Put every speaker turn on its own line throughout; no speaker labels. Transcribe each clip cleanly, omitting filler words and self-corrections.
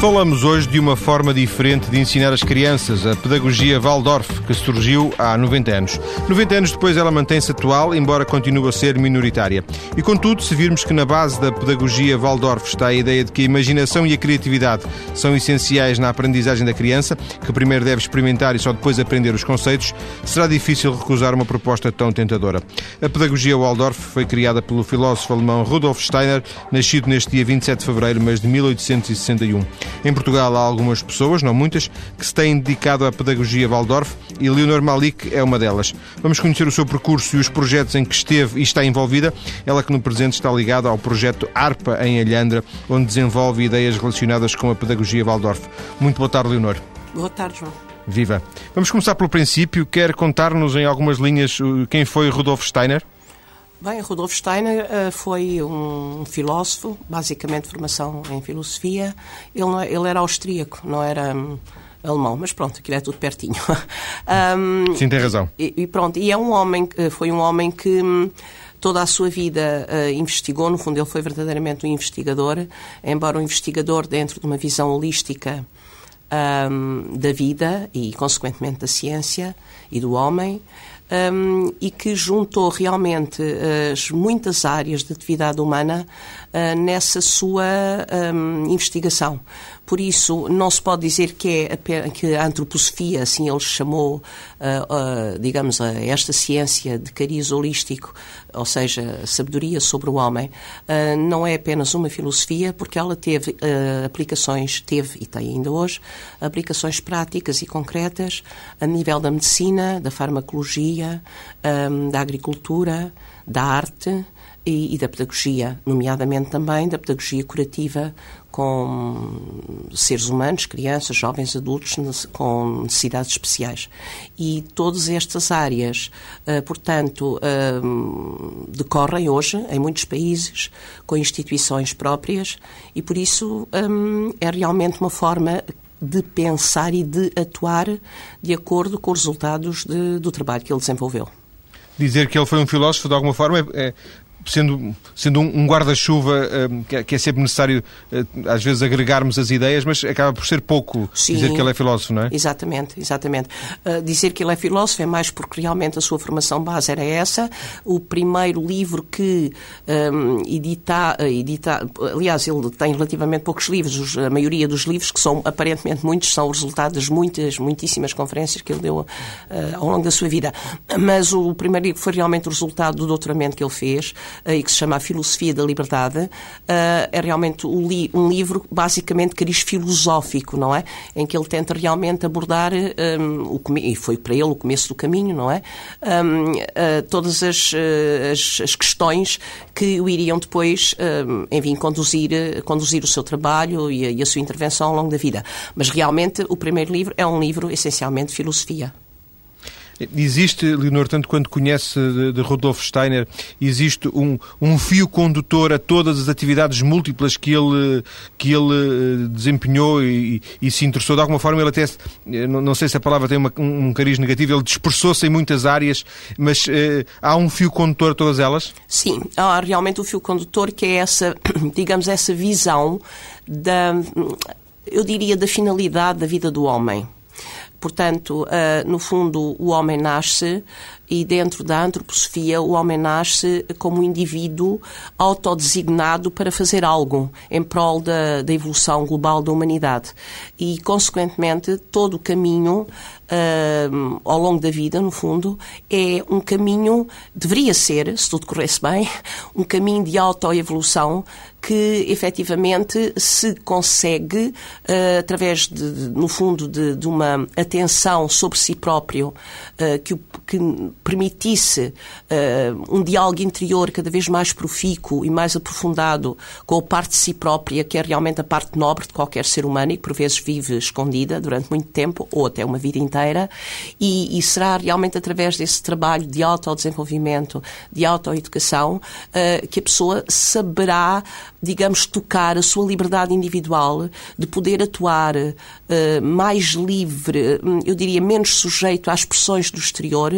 Falamos hoje de uma forma diferente de ensinar as crianças, a pedagogia Waldorf, que surgiu há 90 anos. 90 anos depois ela mantém-se atual, embora continue a ser minoritária. E contudo, se virmos que na base da pedagogia Waldorf está a ideia de que a imaginação e a criatividade são essenciais na aprendizagem da criança, que primeiro deve experimentar e só depois aprender os conceitos, será difícil recusar uma proposta tão tentadora. A pedagogia Waldorf foi criada pelo filósofo alemão Rudolf Steiner, nascido neste dia 27 de fevereiro, mas de 1861. Em Portugal há algumas pessoas, não muitas, que se têm dedicado à pedagogia Waldorf e Leonor Malik é uma delas. Vamos conhecer o seu percurso e os projetos em que esteve e está envolvida, ela que no presente está ligada ao projeto ARPA em Alhandra, onde desenvolve ideias relacionadas com a pedagogia Waldorf. Muito boa tarde, Leonor.
Boa tarde, João.
Viva. Vamos começar pelo princípio. Quer contar-nos em algumas linhas quem foi Rudolf Steiner?
Bem, Rudolf Steiner foi um filósofo, basicamente formação em filosofia. Ele era austríaco, não era alemão, mas pronto, aquilo é tudo pertinho.
Sim, tem razão.
E pronto, e foi um homem que toda a sua vida investigou. No fundo, ele foi verdadeiramente um investigador, embora um investigador dentro de uma visão holística da vida e, consequentemente, da ciência e do homem. E que juntou realmente as muitas áreas de atividade humana nessa sua investigação. Por isso, não se pode dizer que a antroposofia, assim ele chamou, digamos, a esta ciência de cariz holístico, ou seja, a sabedoria sobre o homem, não é apenas uma filosofia, porque ela teve e tem ainda hoje, aplicações práticas e concretas a nível da medicina, da farmacologia, da agricultura, da arte e da pedagogia, nomeadamente também da pedagogia curativa com seres humanos, crianças, jovens, adultos com necessidades especiais. E todas estas áreas, portanto, decorrem hoje em muitos países com instituições próprias e, por isso, é realmente uma forma de pensar e de atuar de acordo com os resultados do trabalho que ele desenvolveu. Dizer que ele foi um filósofo, de alguma forma, sendo um guarda-chuva, que é sempre necessário, às vezes, agregarmos as ideias, mas acaba por ser pouco. Sim, dizer que ele é filósofo, não é? Exatamente. Dizer que ele é filósofo é mais porque realmente a sua formação base era essa. O primeiro livro que aliás, ele tem relativamente poucos livros, a maioria dos livros, que são aparentemente muitos, são o resultado das muitíssimas conferências que ele deu ao longo da sua vida. Mas o primeiro livro foi realmente o resultado do doutoramento que ele fez, e que se chama A Filosofia da Liberdade. É realmente um livro basicamente cariz filosófico, não é? Em que ele tenta realmente abordar, e foi para ele o começo do caminho, não é? Todas as questões que o iriam depois, enfim, conduzir o seu trabalho e a sua intervenção ao longo da vida. Mas realmente o primeiro livro é um livro essencialmente de filosofia. Existe, Leonor, tanto quanto conhece de Rudolf Steiner, existe um fio condutor a todas as atividades múltiplas que ele desempenhou e se interessou. De alguma forma, ele até, não sei se a palavra tem um cariz negativo, ele dispersou-se em muitas áreas, mas há um fio condutor a todas elas? Sim, há realmente o fio condutor, que é essa, digamos, essa visão eu diria, da finalidade da vida do homem. Portanto, no fundo, o homem nasce e dentro da antroposofia o homem nasce como um indivíduo autodesignado para fazer algo em prol da evolução global da humanidade. E, consequentemente, todo o caminho ao longo da vida, no fundo, é um caminho, deveria ser, se tudo corresse bem, um caminho de autoevolução que, efetivamente, se consegue, através, no fundo, de uma atenção sobre si próprio, que permitisse um diálogo interior cada vez mais profícuo e mais aprofundado com a parte de si própria, que é realmente a parte nobre de qualquer ser humano e que, por vezes, vive escondida durante muito tempo, ou até uma vida inteira, e será realmente através desse trabalho de autodesenvolvimento, de autoeducação, que a pessoa saberá, digamos, tocar a sua liberdade individual de poder atuar mais livre, eu diria menos sujeito às pressões do exterior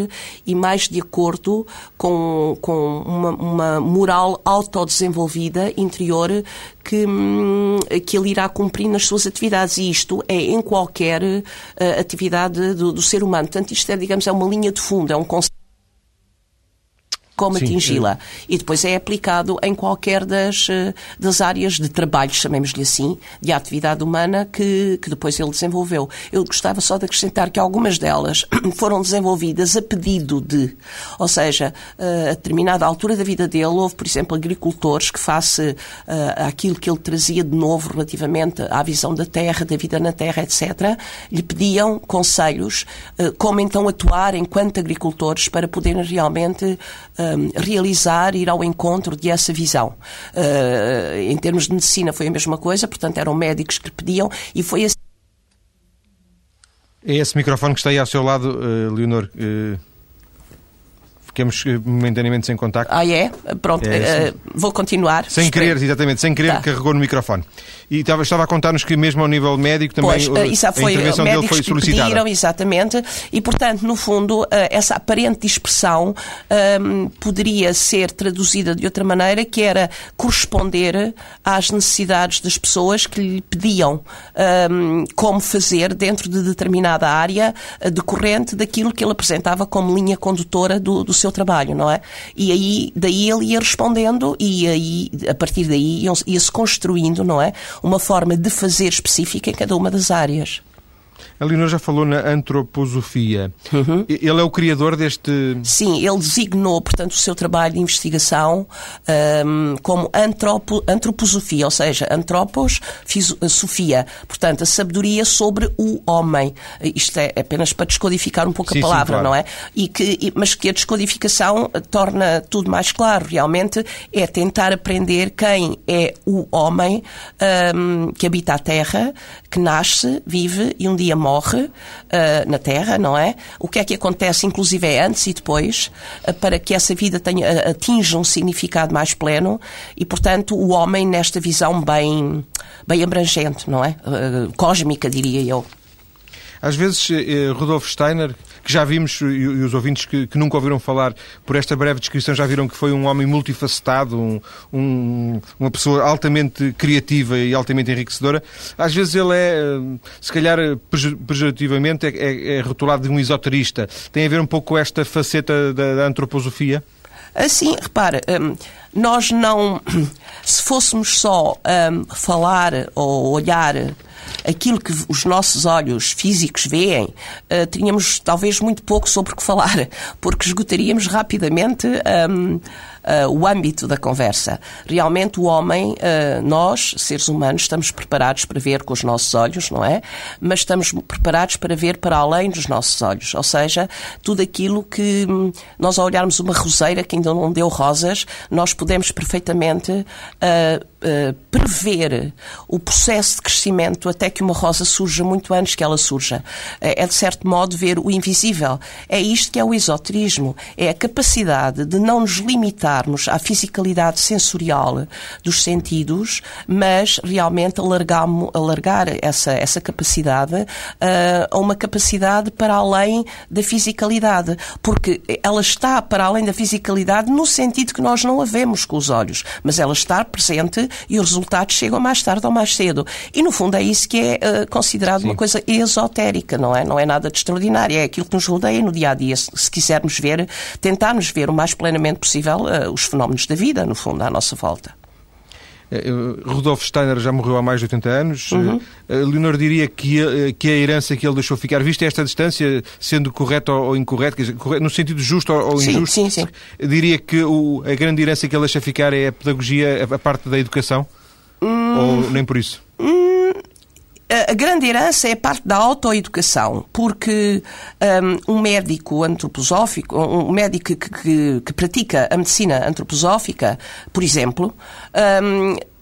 e mais de acordo com uma moral autodesenvolvida interior que ele irá cumprir nas suas atividades. E isto é em qualquer atividade do ser humano. Portanto, isto é, digamos, é uma linha de fundo, é um conceito como atingi-la. E depois é aplicado em qualquer das áreas de trabalho, chamemos-lhe assim, de atividade humana que depois ele desenvolveu. Eu gostava só de acrescentar que algumas delas foram desenvolvidas a pedido de, ou seja, a determinada altura da vida dele, houve, por exemplo, agricultores que, face àquilo que ele trazia de novo relativamente à visão da terra, da vida na terra, etc., lhe pediam conselhos como então atuar enquanto agricultores para poderem realmente realizar, ir ao encontro de essa visão. Em termos de medicina foi a mesma coisa, portanto eram médicos que pediam e foi assim.
É esse microfone que está aí ao seu lado, Leonor. Ficamos momentaneamente sem contacto.
É? Pronto, vou continuar.
Sem querer, exatamente, sem querer, carregou no microfone. E estava a contar-nos que mesmo ao nível médico também a intervenção dele foi solicitada. Pediram,
exatamente, e portanto, no fundo, essa aparente dispersão poderia ser traduzida de outra maneira, que era corresponder às necessidades das pessoas que lhe pediam como fazer dentro de determinada área decorrente daquilo que ele apresentava como linha condutora do seu trabalho, não é? E aí, daí ele ia respondendo e aí, a partir daí, ia-se construindo, não é? Uma forma de fazer específica em cada uma das áreas.
A Leonor já falou na antroposofia. Ele é o criador deste...
Sim, ele designou, portanto, o seu trabalho de investigação como antroposofia, ou seja, antropos, sofia, portanto, a sabedoria sobre o homem. Isto é apenas para descodificar um pouco a palavra, claro. Não é? Mas que a descodificação torna tudo mais claro. Realmente é tentar aprender quem é o homem que habita a Terra, que nasce, vive e um dia morre na Terra, não é? O que é que acontece, inclusive, antes e depois, para que essa vida atinja um significado mais pleno e, portanto, o homem nesta visão bem abrangente, não é? Cósmica, diria eu.
Às vezes, Rudolf Steiner, que já vimos, e os ouvintes que nunca ouviram falar, por esta breve descrição já viram que foi um homem multifacetado, uma pessoa altamente criativa e altamente enriquecedora. Às vezes ele é, se calhar pejorativamente, é rotulado de um esoterista. Tem a ver um pouco com esta faceta da antroposofia?
Assim, repara, nós não... Se fôssemos só falar ou olhar aquilo que os nossos olhos físicos veem, tínhamos talvez muito pouco sobre o que falar, porque esgotaríamos rapidamente o âmbito da conversa. Realmente o homem, nós, seres humanos, estamos preparados para ver com os nossos olhos, não é? Mas estamos preparados para ver para além dos nossos olhos. Ou seja, tudo aquilo que nós, ao olharmos uma roseira que ainda não deu rosas, nós podemos perfeitamente prever o processo de crescimento até que uma rosa surja muito antes que ela surja. É, de certo modo, ver o invisível. É isto que é o esoterismo. É a capacidade de não nos limitarmos à fisicalidade sensorial dos sentidos, mas realmente alargar essa capacidade a uma capacidade para além da fisicalidade. Porque ela está para além da fisicalidade no sentido que nós não a vemos com os olhos, mas ela está presente e os resultados chegam mais tarde ou mais cedo. E, no fundo, é isso que é considerado uma coisa esotérica, não é? Não é nada de extraordinário. É aquilo que nos rodeia no dia-a-dia. Se quisermos ver, tentarmos ver o mais plenamente possível os fenómenos da vida, no fundo, à nossa volta.
Rudolf Steiner já morreu há mais de 80 anos. Leonor diria que a herança que ele deixou ficar, vista esta distância, sendo correta ou incorreta, quer dizer, no sentido justo ou injusto,
sim.
Diria que a grande herança que ele deixa ficar é a pedagogia, a parte da educação? Ou nem por isso?
A grande herança é a parte da autoeducação, porque um médico antroposófico, um médico que pratica a medicina antroposófica, por exemplo,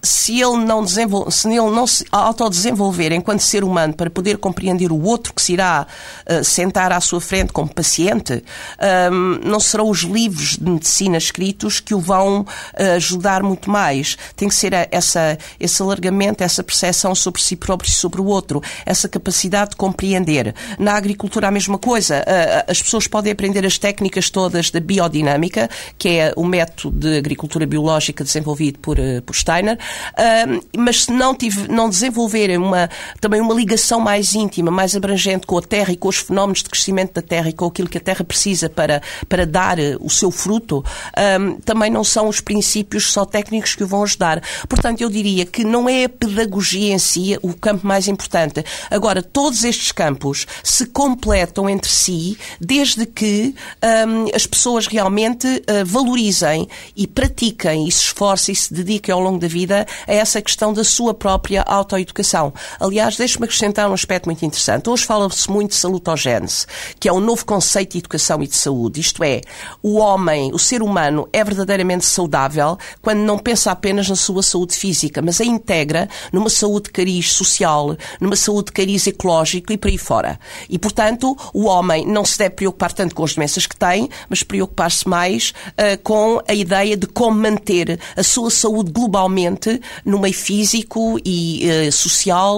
se ele não se autodesenvolver enquanto ser humano para poder compreender o outro que se irá sentar à sua frente como paciente, não serão os livros de medicina escritos que o vão ajudar muito mais. Tem que ser esse alargamento, essa percepção sobre si próprio e sobre o outro, essa capacidade de compreender. Na agricultura a mesma coisa. As pessoas podem aprender as técnicas todas da biodinâmica, que é o método de agricultura biológica desenvolvido por Steiner, mas se não desenvolverem também uma ligação mais íntima, mais abrangente com a terra e com os fenómenos de crescimento da terra e com aquilo que a terra precisa para dar o seu fruto, também não são os princípios só técnicos que o vão ajudar. Portanto, eu diria que não é a pedagogia em si o campo mais importante. Agora, todos estes campos se completam entre si desde que as pessoas realmente valorizem e pratiquem e se esforcem e se dediquem ao longo da vida a essa questão da sua própria autoeducação. Aliás, deixe-me acrescentar um aspecto muito interessante. Hoje fala-se muito de salutogénese, que é um novo conceito de educação e de saúde. Isto é, o homem, o ser humano, é verdadeiramente saudável quando não pensa apenas na sua saúde física, mas a integra numa saúde de cariz social, numa saúde de cariz ecológico e por aí fora. E, portanto, o homem não se deve preocupar tanto com as doenças que tem, mas preocupar-se mais com a ideia de como manter a sua saúde globalmente no meio físico e social,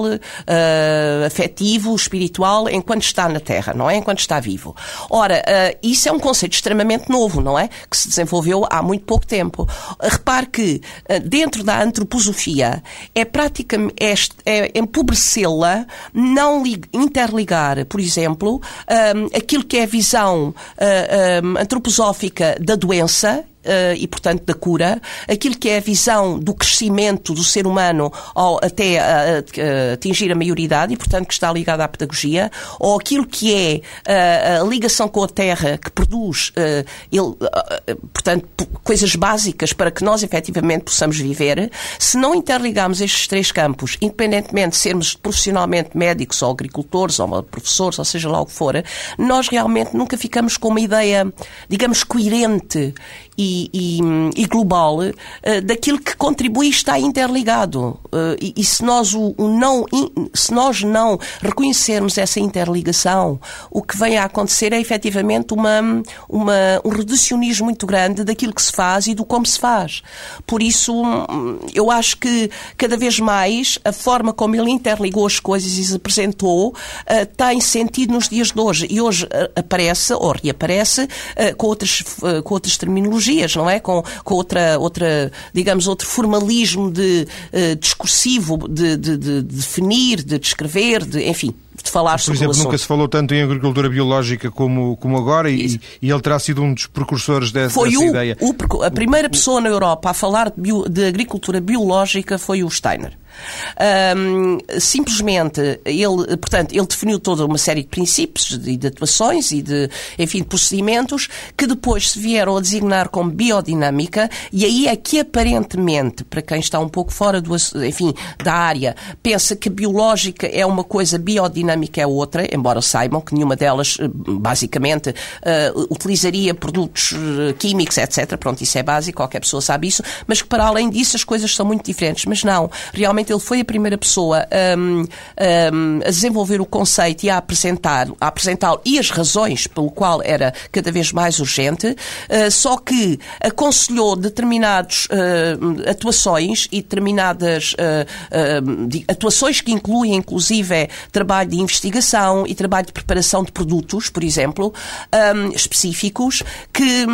afetivo, espiritual, enquanto está na Terra, não é? Enquanto está vivo. Ora, isso é um conceito extremamente novo, não é? Que se desenvolveu há muito pouco tempo. Repare que dentro da antroposofia é praticamente empobrecê-la, não interligar, por exemplo, aquilo que é a visão antroposófica da doença e, portanto, da cura, aquilo que é a visão do crescimento do ser humano até atingir a maioridade e, portanto, que está ligada à pedagogia, ou aquilo que é a ligação com a terra que produz, portanto, coisas básicas para que nós, efetivamente, possamos viver. Se não interligarmos estes três campos, independentemente de sermos profissionalmente médicos ou agricultores ou professores, ou seja lá o que for, nós realmente nunca ficamos com uma ideia, digamos, coerente e global daquilo que contribui e está interligado. E se nós não reconhecermos essa interligação, o que vem a acontecer é efetivamente um reducionismo muito grande daquilo que se faz e do como se faz. Por isso, eu acho que cada vez mais a forma como ele interligou as coisas e se apresentou tem sentido nos dias de hoje. E hoje aparece, ou reaparece, com outras terminologias, não é? Com outra, digamos, outro formalismo discursivo de definir, de descrever, enfim, de falar sobre o assunto.
Por exemplo, nunca se falou tanto em agricultura biológica como agora e ele terá sido um dos precursores dessa ideia.
A primeira pessoa na Europa a falar de agricultura biológica foi o Steiner. Simplesmente ele definiu toda uma série de princípios e de atuações e de procedimentos que depois se vieram a designar como biodinâmica, e aí é que aparentemente, para quem está um pouco fora da área, pensa que biológica é uma coisa, biodinâmica é outra, embora saibam que nenhuma delas basicamente utilizaria produtos químicos, etc. Pronto, isso é básico, qualquer pessoa sabe isso, mas que para além disso as coisas são muito diferentes. Mas não, realmente ele foi a primeira pessoa a desenvolver o conceito e a apresentá-lo e as razões pelo qual era cada vez mais urgente, só que aconselhou determinadas atuações e determinadas atuações que incluem inclusive trabalho de investigação e trabalho de preparação de produtos, por exemplo, específicos, que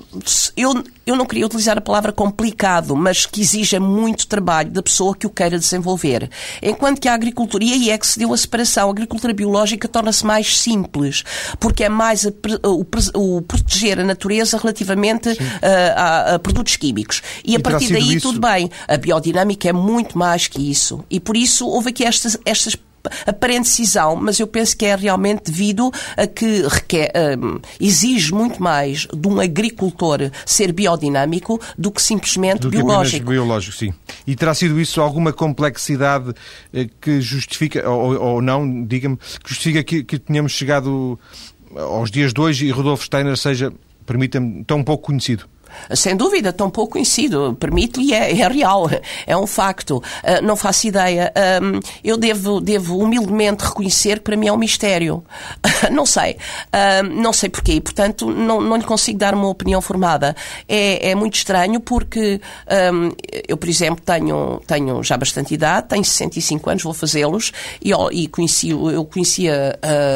eu não queria utilizar a palavra complicado, mas que exige muito trabalho da pessoa que o queira desenvolver. Enquanto que a agricultura, e aí é que se deu a separação, a agricultura biológica torna-se mais simples, porque é mais o proteger a natureza relativamente a produtos químicos. E a partir daí tudo bem. A biodinâmica é muito mais que isso. E por isso houve aqui estas aparente cisão, mas eu penso que é realmente devido a que exige muito mais de um agricultor ser biodinâmico do que simplesmente biológico.
Biológico, sim. E terá sido isso alguma complexidade que justifica, ou não, diga-me, que justifica que tenhamos chegado aos dias de hoje e Rudolf Steiner seja, permita-me, tão pouco conhecido?
Sem dúvida, tão pouco conhecido. Permito-lhe, é real, é um facto. Não faço ideia. Eu devo humildemente reconhecer que para mim é um mistério. Não sei. Não sei porquê. Portanto, não lhe consigo dar uma opinião formada. É muito estranho porque eu, por exemplo, tenho já bastante idade, tenho 65 anos, vou fazê-los, e conhecia...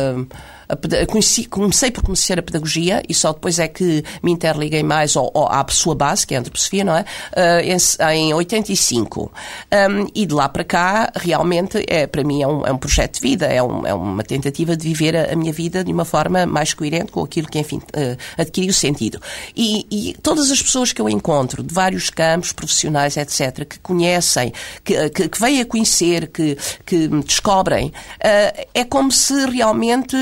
Comecei por conhecer a pedagogia e só depois é que me interliguei mais à sua base, que é a antroposofia, não é? Em 85. E de lá para cá, realmente, para mim é um projeto de vida, é uma tentativa de viver a minha vida de uma forma mais coerente com aquilo que, enfim, adquiriu sentido. E todas as pessoas que eu encontro, de vários campos profissionais, etc., que conhecem, que vêm a conhecer, que descobrem, é como se realmente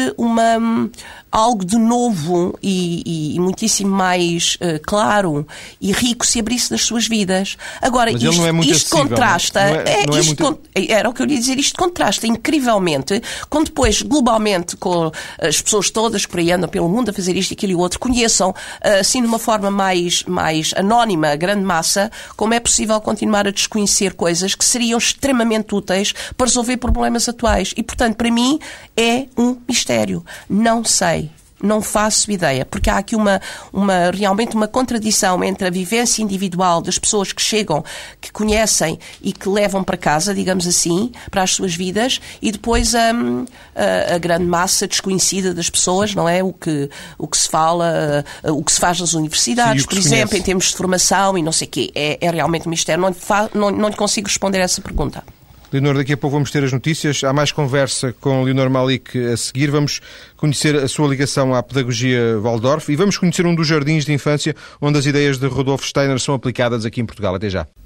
algo de novo e muitíssimo mais claro e rico se abrisse das suas vidas. Agora, isto contrasta... Era o que eu ia dizer, isto contrasta incrivelmente com depois, globalmente, com as pessoas todas que por aí andam pelo mundo a fazer isto, aquilo e o outro, conheçam, assim, de uma forma mais anónima, a grande massa, como é possível continuar a desconhecer coisas que seriam extremamente úteis para resolver problemas atuais. E, portanto, para mim, é um mistério. Não sei. Não faço ideia, porque há aqui realmente uma contradição entre a vivência individual das pessoas que chegam, que conhecem e que levam para casa, digamos assim, para as suas vidas, e depois a grande massa desconhecida das pessoas, não é? O que se fala, o que se faz nas universidades, por exemplo, em termos de formação e não sei o quê. É realmente um mistério. Não lhe consigo responder a essa pergunta.
Leonor, daqui a pouco vamos ter as notícias. Há mais conversa com Leonor Malik a seguir. Vamos conhecer a sua ligação à pedagogia Waldorf e vamos conhecer um dos jardins de infância onde as ideias de Rudolf Steiner são aplicadas aqui em Portugal. Até já.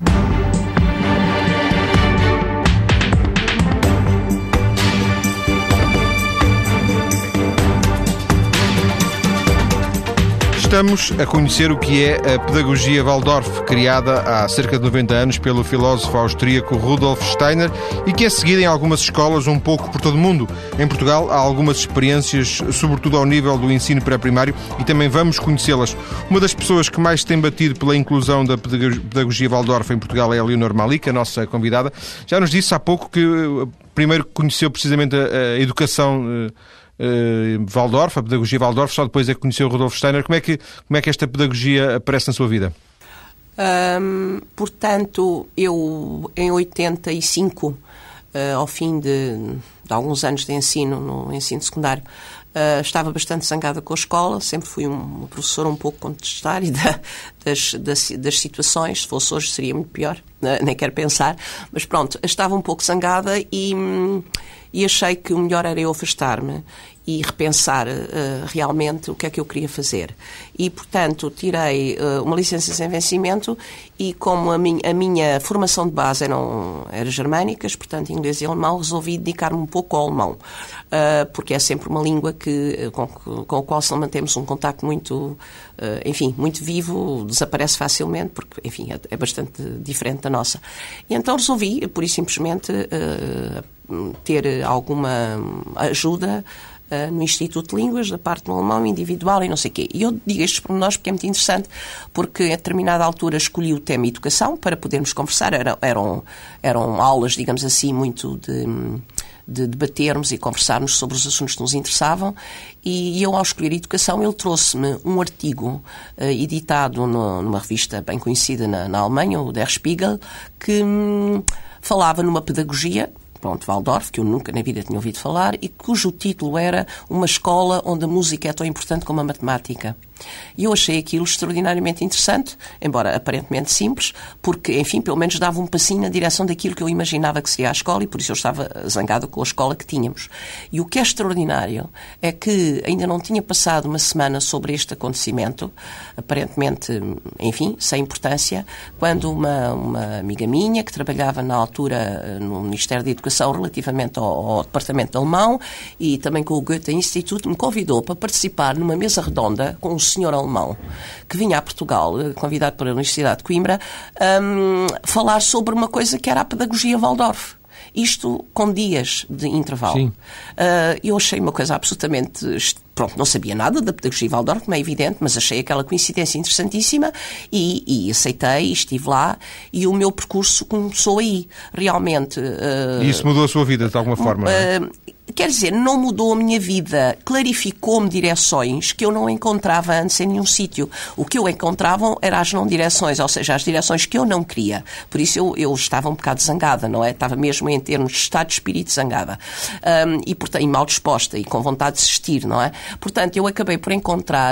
Estamos a conhecer o que é a pedagogia Waldorf, criada há cerca de 90 anos pelo filósofo austríaco Rudolf Steiner e que é seguida em algumas escolas um pouco por todo o mundo. Em Portugal há algumas experiências, sobretudo ao nível do ensino pré-primário, e também vamos conhecê-las. Uma das pessoas que mais tem batido pela inclusão da pedagogia Waldorf em Portugal é a Leonor Malik, a nossa convidada. Já nos disse há pouco que primeiro conheceu precisamente a educação Waldorf, a pedagogia Waldorf, só depois é que conheceu o Rudolf Steiner. Como é que esta pedagogia aparece na sua vida?
Portanto, eu em 85, ao fim de alguns anos de ensino, no ensino secundário, estava bastante zangada com a escola, sempre fui uma professora um pouco contestária das situações. Se fosse hoje seria muito pior, nem quero pensar, mas pronto, estava um pouco zangada e achei que o melhor era eu afastar-me e repensar realmente o que é que eu queria fazer. E, portanto, tirei uma licença sem vencimento e, como a minha formação de base era germânicas, portanto, inglês e alemão, resolvi dedicar-me um pouco ao alemão, porque é sempre uma língua com a qual se não mantemos um contacto muito, muito vivo, desaparece facilmente, porque, enfim, é bastante diferente da nossa. E então resolvi, pura e simplesmente, ter alguma ajuda no Instituto de Línguas, da parte do alemão individual e não sei o quê. E eu digo estes pormenores porque é muito interessante, porque a determinada altura escolhi o tema educação para podermos conversar. Eram aulas, digamos assim, muito de debatermos e conversarmos sobre os assuntos que nos interessavam, e eu, ao escolher educação, ele trouxe-me um artigo editado numa revista bem conhecida na Alemanha, o Der Spiegel, que falava numa pedagogia, Waldorf, que eu nunca na vida tinha ouvido falar, e cujo título era Uma escola onde a música é tão importante como a matemática. E eu achei aquilo extraordinariamente interessante, embora aparentemente simples, porque, enfim, pelo menos dava um passinho na direção daquilo que eu imaginava que seria a escola, e por isso eu estava zangada com a escola que tínhamos. E o que é extraordinário é que ainda não tinha passado uma semana sobre este acontecimento, aparentemente, enfim, sem importância, quando uma amiga minha, que trabalhava na altura no Ministério da Educação relativamente ao departamento alemão e também com o Goethe Instituto, me convidou para participar numa mesa redonda com um senhor alemão que vinha a Portugal, convidado pela Universidade de Coimbra, falar sobre uma coisa que era a pedagogia Waldorf. Isto com dias de intervalo.
Sim.
Eu achei uma coisa absolutamente... Pronto, não sabia nada da pedagogia Waldorf, como é evidente, mas achei aquela coincidência interessantíssima e aceitei, e estive lá, e o meu percurso começou aí, realmente.
E isso mudou a sua vida, de alguma forma?
Quer dizer, não mudou a minha vida, clarificou-me direções que eu não encontrava antes em nenhum sítio. O que eu encontrava eram as não direções, ou seja, as direções que eu não queria. Por isso eu estava um bocado zangada, não é? Estava mesmo em termos de estado de espírito zangada. E, portanto, mal disposta e com vontade de desistir, não é? Portanto, eu acabei por encontrar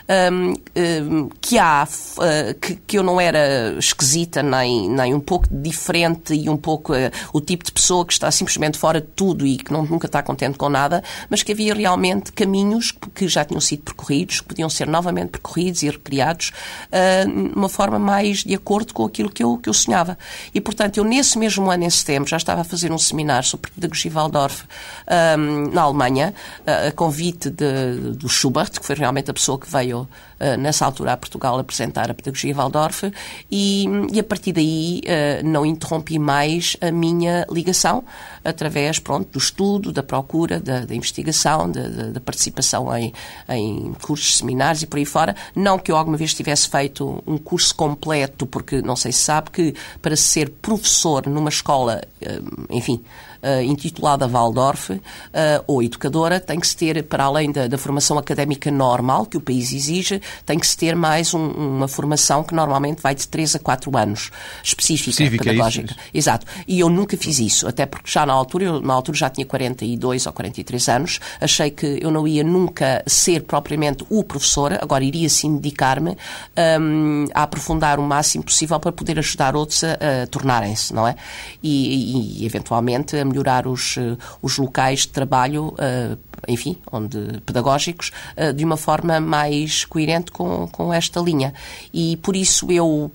que eu não era esquisita, nem um pouco diferente e um pouco o tipo de pessoa que está simplesmente fora de tudo e que nunca está contente com nada, mas que havia realmente caminhos que já tinham sido percorridos, que podiam ser novamente percorridos e recriados de uma forma mais de acordo com aquilo que eu sonhava. E, portanto, eu nesse mesmo ano, em setembro, já estava a fazer um seminário sobre pedagogia Waldorf na Alemanha, a convite do Schubert, que foi realmente a pessoa que veio nessa altura a Portugal apresentar a pedagogia Waldorf, e a partir daí não interrompi mais a minha ligação através, do estudo, da procura, da investigação, da participação em cursos, seminários e por aí fora. Não que eu alguma vez tivesse feito um curso completo, porque não sei se sabe que para ser professor numa escola, intitulada Waldorf, ou educadora, tem que se ter, para além da formação académica normal que o país exige, tem que se ter mais uma formação que normalmente vai de 3 a 4 anos, específica pedagógica.
Isso.
Exato. E eu nunca fiz isso, até porque já na altura já tinha 42 ou 43 anos, achei que eu não ia nunca ser propriamente o professor, agora iria sim dedicar-me a aprofundar o máximo possível para poder ajudar outros a tornarem-se, não é? E eventualmente a melhorar os locais de trabalho, pedagógicos, de uma forma mais coerente com esta linha. E por isso eu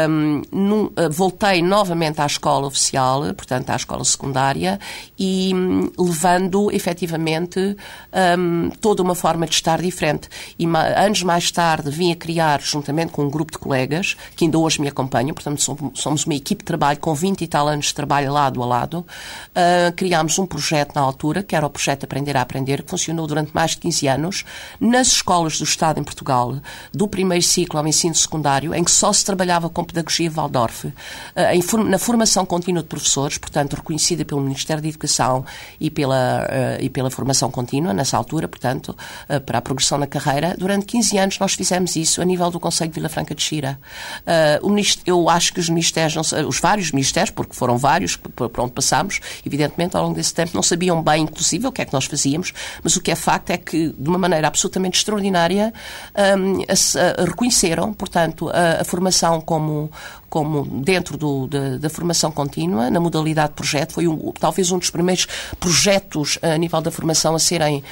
voltei novamente à escola oficial, portanto à escola secundária, e levando efetivamente toda uma forma de estar diferente. E anos mais tarde vim a criar, juntamente com um grupo de colegas, que ainda hoje me acompanham, portanto somos uma equipe de trabalho com 20 e tal anos de trabalho lado a lado. Criámos um projeto na altura, que era o projeto Aprender a Aprender, que funcionou durante mais de 15 anos, nas escolas do Estado em Portugal, do primeiro ciclo ao ensino secundário, em que só se trabalhava com pedagogia Waldorf, na formação contínua de professores, portanto reconhecida pelo Ministério da Educação e pela formação contínua, nessa altura, portanto, para a progressão na carreira. Durante 15 anos nós fizemos isso a nível do Conselho de Vila Franca de Xira. Eu acho que os vários ministérios, porque foram vários por onde passámos, evidentemente ao longo desse tempo não sabiam bem, inclusive, o que é que nós fazíamos, mas o que é facto é que, de uma maneira absolutamente extraordinária, reconheceram, portanto, a formação como dentro da formação contínua, na modalidade de projeto. Foi talvez um dos primeiros projetos a nível da formação a serem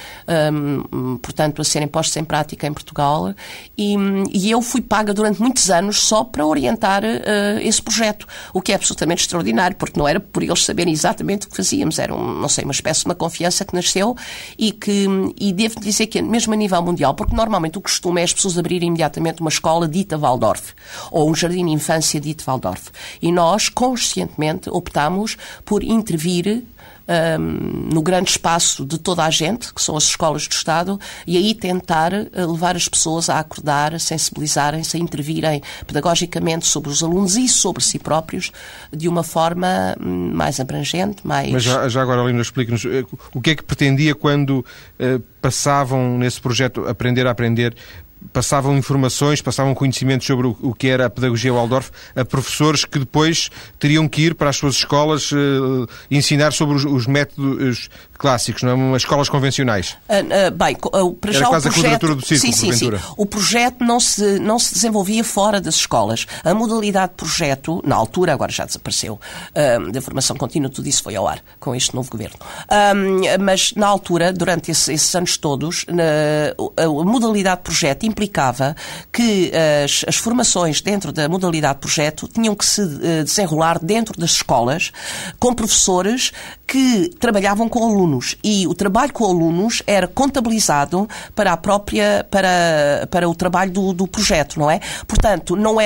postos em prática em Portugal, e eu fui paga durante muitos anos só para orientar esse projeto, o que é absolutamente extraordinário, porque não era por eles saberem exatamente o que fazíamos, era uma espécie de uma confiança que nasceu e devo dizer que mesmo a nível mundial, porque normalmente o costume é as pessoas abrirem imediatamente uma escola dita Waldorf, ou um jardim de infância dito Waldorf. E nós, conscientemente, optámos por intervir no grande espaço de toda a gente, que são as escolas do Estado, e aí tentar levar as pessoas a acordar, a sensibilizarem-se, a intervirem pedagogicamente sobre os alunos e sobre si próprios, de uma forma mais abrangente, mais...
Mas já agora, Lina, explique-nos o que é que pretendia quando passavam nesse projeto Aprender a Aprender, passavam informações, passavam conhecimentos sobre o que era a pedagogia Waldorf a professores que depois teriam que ir para as suas escolas ensinar sobre os métodos clássicos, não é? Umas escolas convencionais.
Para já
era quase
o projeto...
a quadratura do círculo,
sim. O projeto não se desenvolvia fora das escolas. A modalidade de projeto, na altura, agora já desapareceu, da formação contínua, tudo isso foi ao ar com este novo governo. Mas na altura, durante esses anos todos, a modalidade de projeto implicava que as formações dentro da modalidade projeto tinham que se desenrolar dentro das escolas com professores que trabalhavam com alunos, e o trabalho com alunos era contabilizado para o trabalho do projeto, não é? Portanto, não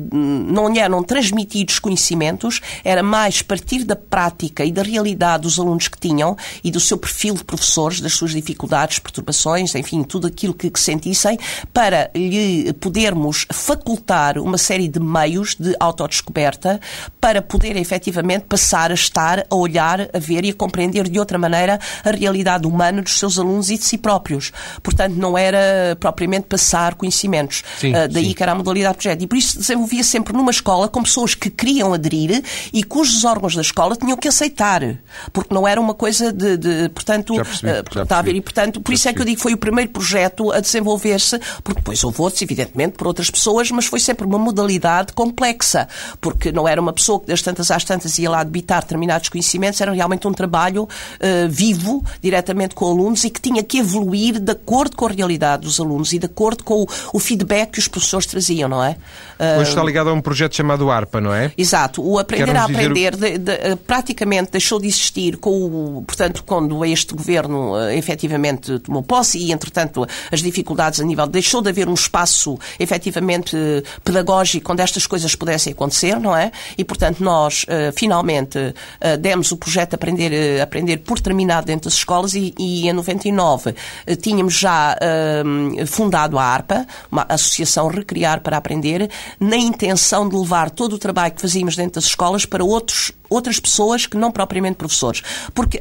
eram transmitidos conhecimentos, era mais partir da prática e da realidade dos alunos que tinham e do seu perfil de professores, das suas dificuldades, perturbações, enfim, tudo aquilo que sentissem, para lhe podermos facultar uma série de meios de autodescoberta para poder efetivamente passar a estar, a olhar, a ver e a compreender de outra maneira a realidade humana dos seus alunos e de si próprios. Portanto, não era propriamente passar conhecimentos. Daí que era a modalidade projeto. E por isso desenvolvia sempre numa escola com pessoas que queriam aderir e cujos órgãos da escola tinham que aceitar. Porque não era uma coisa portanto,
já percebi.
Está a ver? E, portanto, por isso é que eu digo que foi o primeiro projeto a desenvolver-se, porque depois houve outros, evidentemente, por outras pessoas, mas foi sempre uma modalidade complexa, porque não era uma pessoa que das tantas às tantas ia lá debitar determinados conhecimentos, era realmente um trabalho vivo, diretamente com alunos, e que tinha que evoluir de acordo com a realidade dos alunos e de acordo com o feedback que os professores traziam, não é?
Hoje está ligado a um projeto chamado ARPA, não é?
Exato. O aprender a aprender praticamente deixou de existir portanto, quando este governo efetivamente tomou posse e, entretanto, as dificuldades a nível... Deixou de haver um espaço efetivamente pedagógico onde estas coisas pudessem acontecer, não é? E, portanto, nós finalmente demos o projeto Aprender por terminado dentro das escolas e em 99 tínhamos já fundado a ARPA, uma associação Recriar para Aprender, na intenção de levar todo o trabalho que fazíamos dentro das escolas para outras pessoas que não propriamente professores. Porque,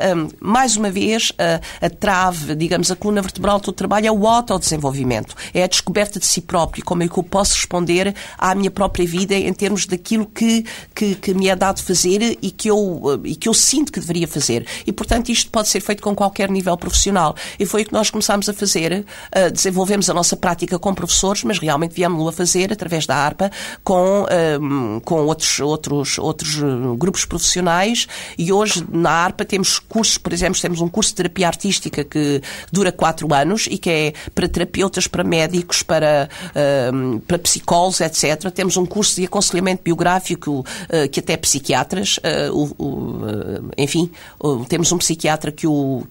mais uma vez, a trave, digamos, a coluna vertebral do trabalho é o autodesenvolvimento. É a descoberta de si próprio, como é que eu posso responder à minha própria vida em termos daquilo que me é dado fazer e que eu sinto que deveria fazer. E, portanto, isto pode ser feito com qualquer nível profissional. E foi o que nós começámos a fazer. Desenvolvemos a nossa prática com professores, mas realmente viemos-lo a fazer através da ARPA com outros grupos profissionais, e hoje na ARPA temos cursos, por exemplo, temos um curso de terapia artística que dura 4 anos e que é para terapeutas, para médicos, para psicólogos, etc. Temos um curso de aconselhamento biográfico que até psiquiatras, enfim, temos um psiquiatra que o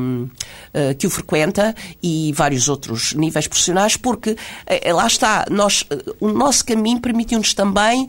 frequenta e vários outros níveis profissionais, porque lá está, o nosso caminho permitiu-nos também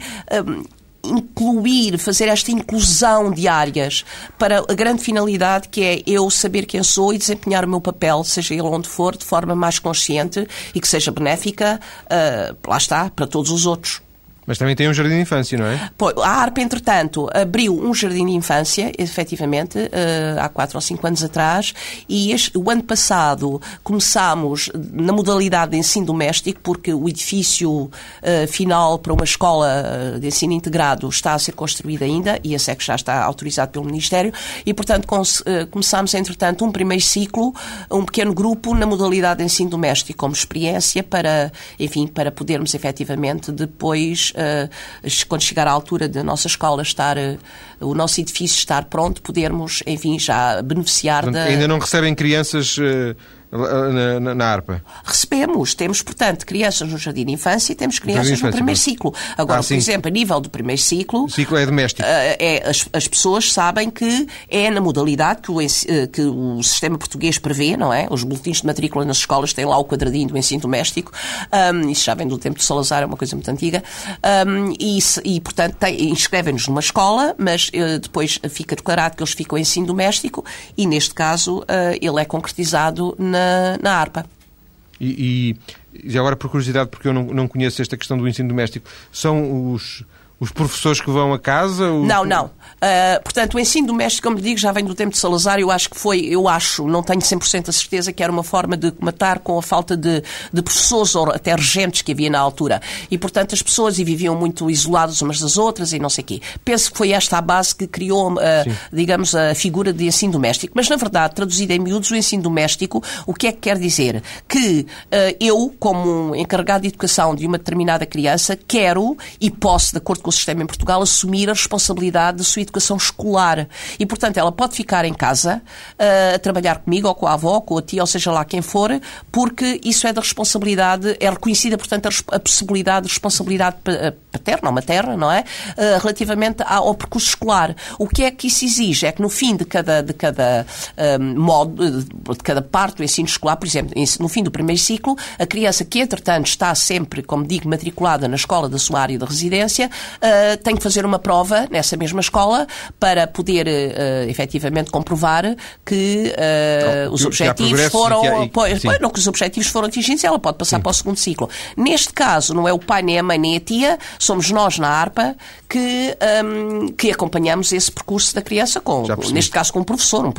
fazer esta inclusão de áreas para a grande finalidade que é eu saber quem sou e desempenhar o meu papel, seja ele onde for, de forma mais consciente e que seja benéfica, lá está, para todos os outros.
Mas também tem um jardim de infância, não é?
A ARPA, entretanto, abriu um jardim de infância, efetivamente, há 4 ou 5 anos atrás, e o ano passado começámos na modalidade de ensino doméstico, porque o edifício final para uma escola de ensino integrado está a ser construído ainda, e a SEC já está autorizado pelo Ministério, e, portanto, começámos, entretanto, um primeiro ciclo, um pequeno grupo na modalidade de ensino doméstico, como experiência para podermos, efetivamente, depois, quando chegar à altura da nossa escola o nosso edifício estar pronto, podermos, enfim, já beneficiar
Ainda não recebem crianças na ARPA?
Recebemos. Temos, portanto, crianças no jardim de infância e temos crianças no primeiro ciclo. Agora, por exemplo, a nível do primeiro ciclo...
O ciclo é doméstico.
As pessoas sabem que é na modalidade que o sistema português prevê, não é? Os boletins de matrícula nas escolas têm lá o quadradinho do ensino doméstico. Isso já vem do tempo de Salazar, é uma coisa muito antiga. Portanto, inscrevem-nos numa escola, mas depois fica declarado que eles ficam em ensino doméstico e, neste caso, ele é concretizado na ARPA.
E já agora, por curiosidade, porque eu não conheço esta questão do ensino doméstico, são os professores que vão a casa?
Não. Portanto, o ensino doméstico, como digo, já vem do tempo de Salazar. Eu acho, não tenho 100% a certeza, que era uma forma de matar com a falta de professores ou até regentes que havia na altura. E, portanto, as pessoas viviam muito isoladas umas das outras e não sei o quê. Penso que foi esta a base que criou, digamos, a figura de ensino doméstico. Mas, na verdade, traduzido em miúdos, o ensino doméstico, o que é que quer dizer? Que eu, como encarregado de educação de uma determinada criança, quero e posso, de acordo com com o sistema em Portugal, assumir a responsabilidade da sua educação escolar. E, portanto, ela pode ficar em casa a trabalhar comigo, ou com a avó, com a tia, ou seja lá quem for, porque isso é da responsabilidade, é reconhecida, portanto, a possibilidade de responsabilidade paterna ou materna, não é? Relativamente ao percurso escolar. O que é que isso exige? É que no fim de cada parte do ensino escolar, por exemplo, no fim do primeiro ciclo, a criança que, entretanto, está sempre, como digo, matriculada na escola da sua área de residência, tem que fazer uma prova nessa mesma escola para poder, efetivamente, comprovar que os objetivos foram... que os objetivos foram atingidos, ela pode passar para o segundo ciclo. Neste caso, não é o pai, nem a mãe, nem a tia, somos nós na ARPA que acompanhamos esse percurso da criança, neste caso com um professor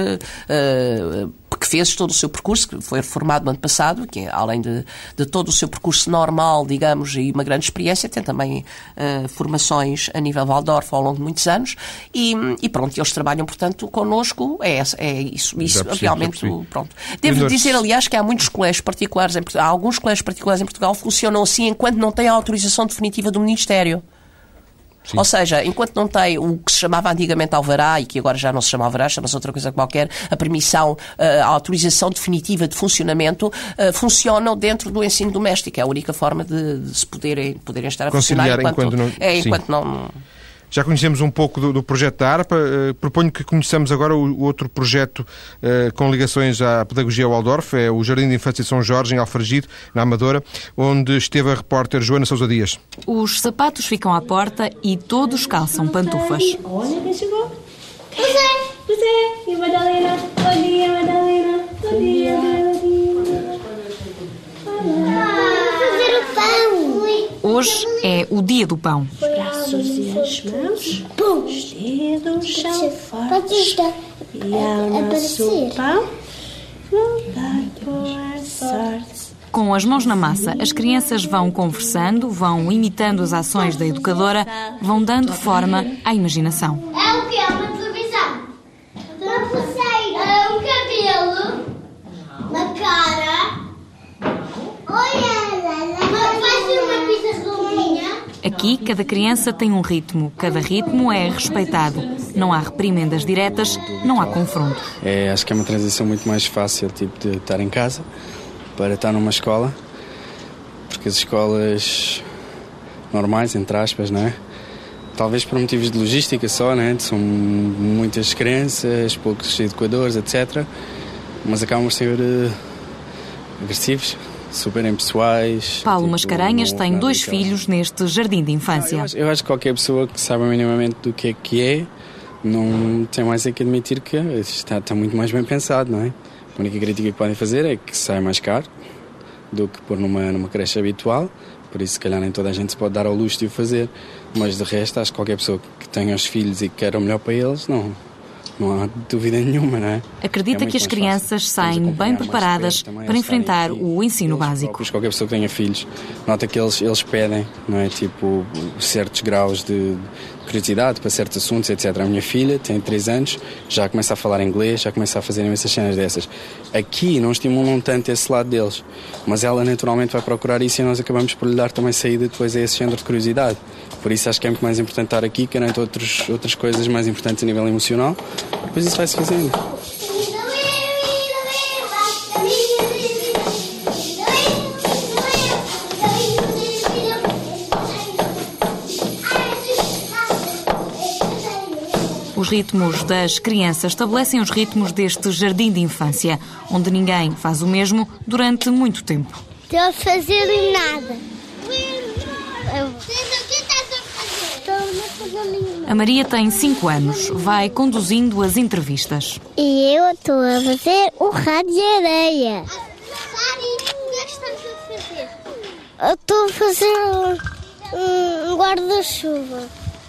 que fez todo o seu percurso, que foi reformado no ano passado, que além de todo o seu percurso normal, digamos, e uma grande experiência, tem também formações a nível Waldorf ao longo de muitos anos, e pronto, eles trabalham, portanto, connosco, é isso realmente, pronto. Devo dizer, aliás, que há muitos colégios particulares em Portugal, alguns colégios particulares em Portugal funcionam assim enquanto não têm a autorização definitiva do Ministério. Sim. Ou seja, enquanto não tem o que se chamava antigamente alvará, e que agora já não se chama alvará, chama-se outra coisa qualquer, a permissão, a autorização definitiva de funcionamento, funcionam dentro do ensino doméstico. É a única forma de se poderem estar a funcionar enquanto não...
Já conhecemos um pouco do projeto da ARPA. Proponho que conheçamos agora o outro projeto com ligações à pedagogia Waldorf, é o Jardim de Infância de São Jorge, em Alfragide, na Amadora, onde esteve a repórter Joana Sousa Dias.
Os sapatos ficam à porta e todos calçam pantufas.
Olha quem chegou. José e a Madalena. Bom dia, Madalena. Bom dia. Fazer o pão.
Hoje é o dia do pão.
Os braços e as mãos. Os dedos são fortes. E ao nosso pão vão dar boa sorte.
Com as mãos na massa, as crianças vão conversando, vão imitando as ações da educadora, vão dando forma à imaginação.
É o quê? É uma televisão? Uma pulseira? É um cabelo? Uma cara? Olha! Faz uma pizza redondinha?
Aqui, cada criança tem um ritmo. Cada ritmo é respeitado. Não há reprimendas diretas, não há confronto.
Acho que é uma transição muito mais fácil, de estar em casa para estar numa escola, porque as escolas normais, entre aspas, não é? Talvez por motivos de logística só, não é? São muitas crianças, poucos educadores, etc. Mas acabam por ser agressivos, super impessoais.
Paulo Mascarenhas tem 2 filhos neste jardim de infância.
Eu acho que qualquer pessoa que saiba minimamente do que é, não tem mais a que admitir que está muito mais bem pensado, não é? A única crítica que podem fazer é que sai mais caro do que pôr numa creche habitual, por isso se calhar nem toda a gente se pode dar ao luxo de o fazer, mas de resto acho que qualquer pessoa que tenha os filhos e que queira o melhor para eles, não há dúvida nenhuma, não é?
Acredita que as crianças saem bem preparadas para enfrentar o ensino básico.
Qualquer pessoa que tenha filhos, nota que eles pedem, não é? Certos graus de curiosidade para certos assuntos, etc. A minha filha tem 3 anos, já começa a falar inglês, já começa a fazer imensas cenas dessas. Aqui não estimulam tanto esse lado deles, mas ela naturalmente vai procurar isso e nós acabamos por lhe dar também saída depois a esse género de curiosidade. Por isso acho que é muito mais importante estar aqui, que não outras coisas mais importantes a nível emocional. Depois isso vai-se fazendo.
Os ritmos das crianças estabelecem os ritmos deste jardim de infância, onde ninguém faz o mesmo durante muito tempo.
Estou a fazer nada. O que estás a fazer? Estou a fazer nada.
A Maria tem 5 anos, vai conduzindo as entrevistas.
E eu estou a fazer o rádio de areia. Sari, o que é que estás a fazer? Eu estou a fazer um guarda-chuva.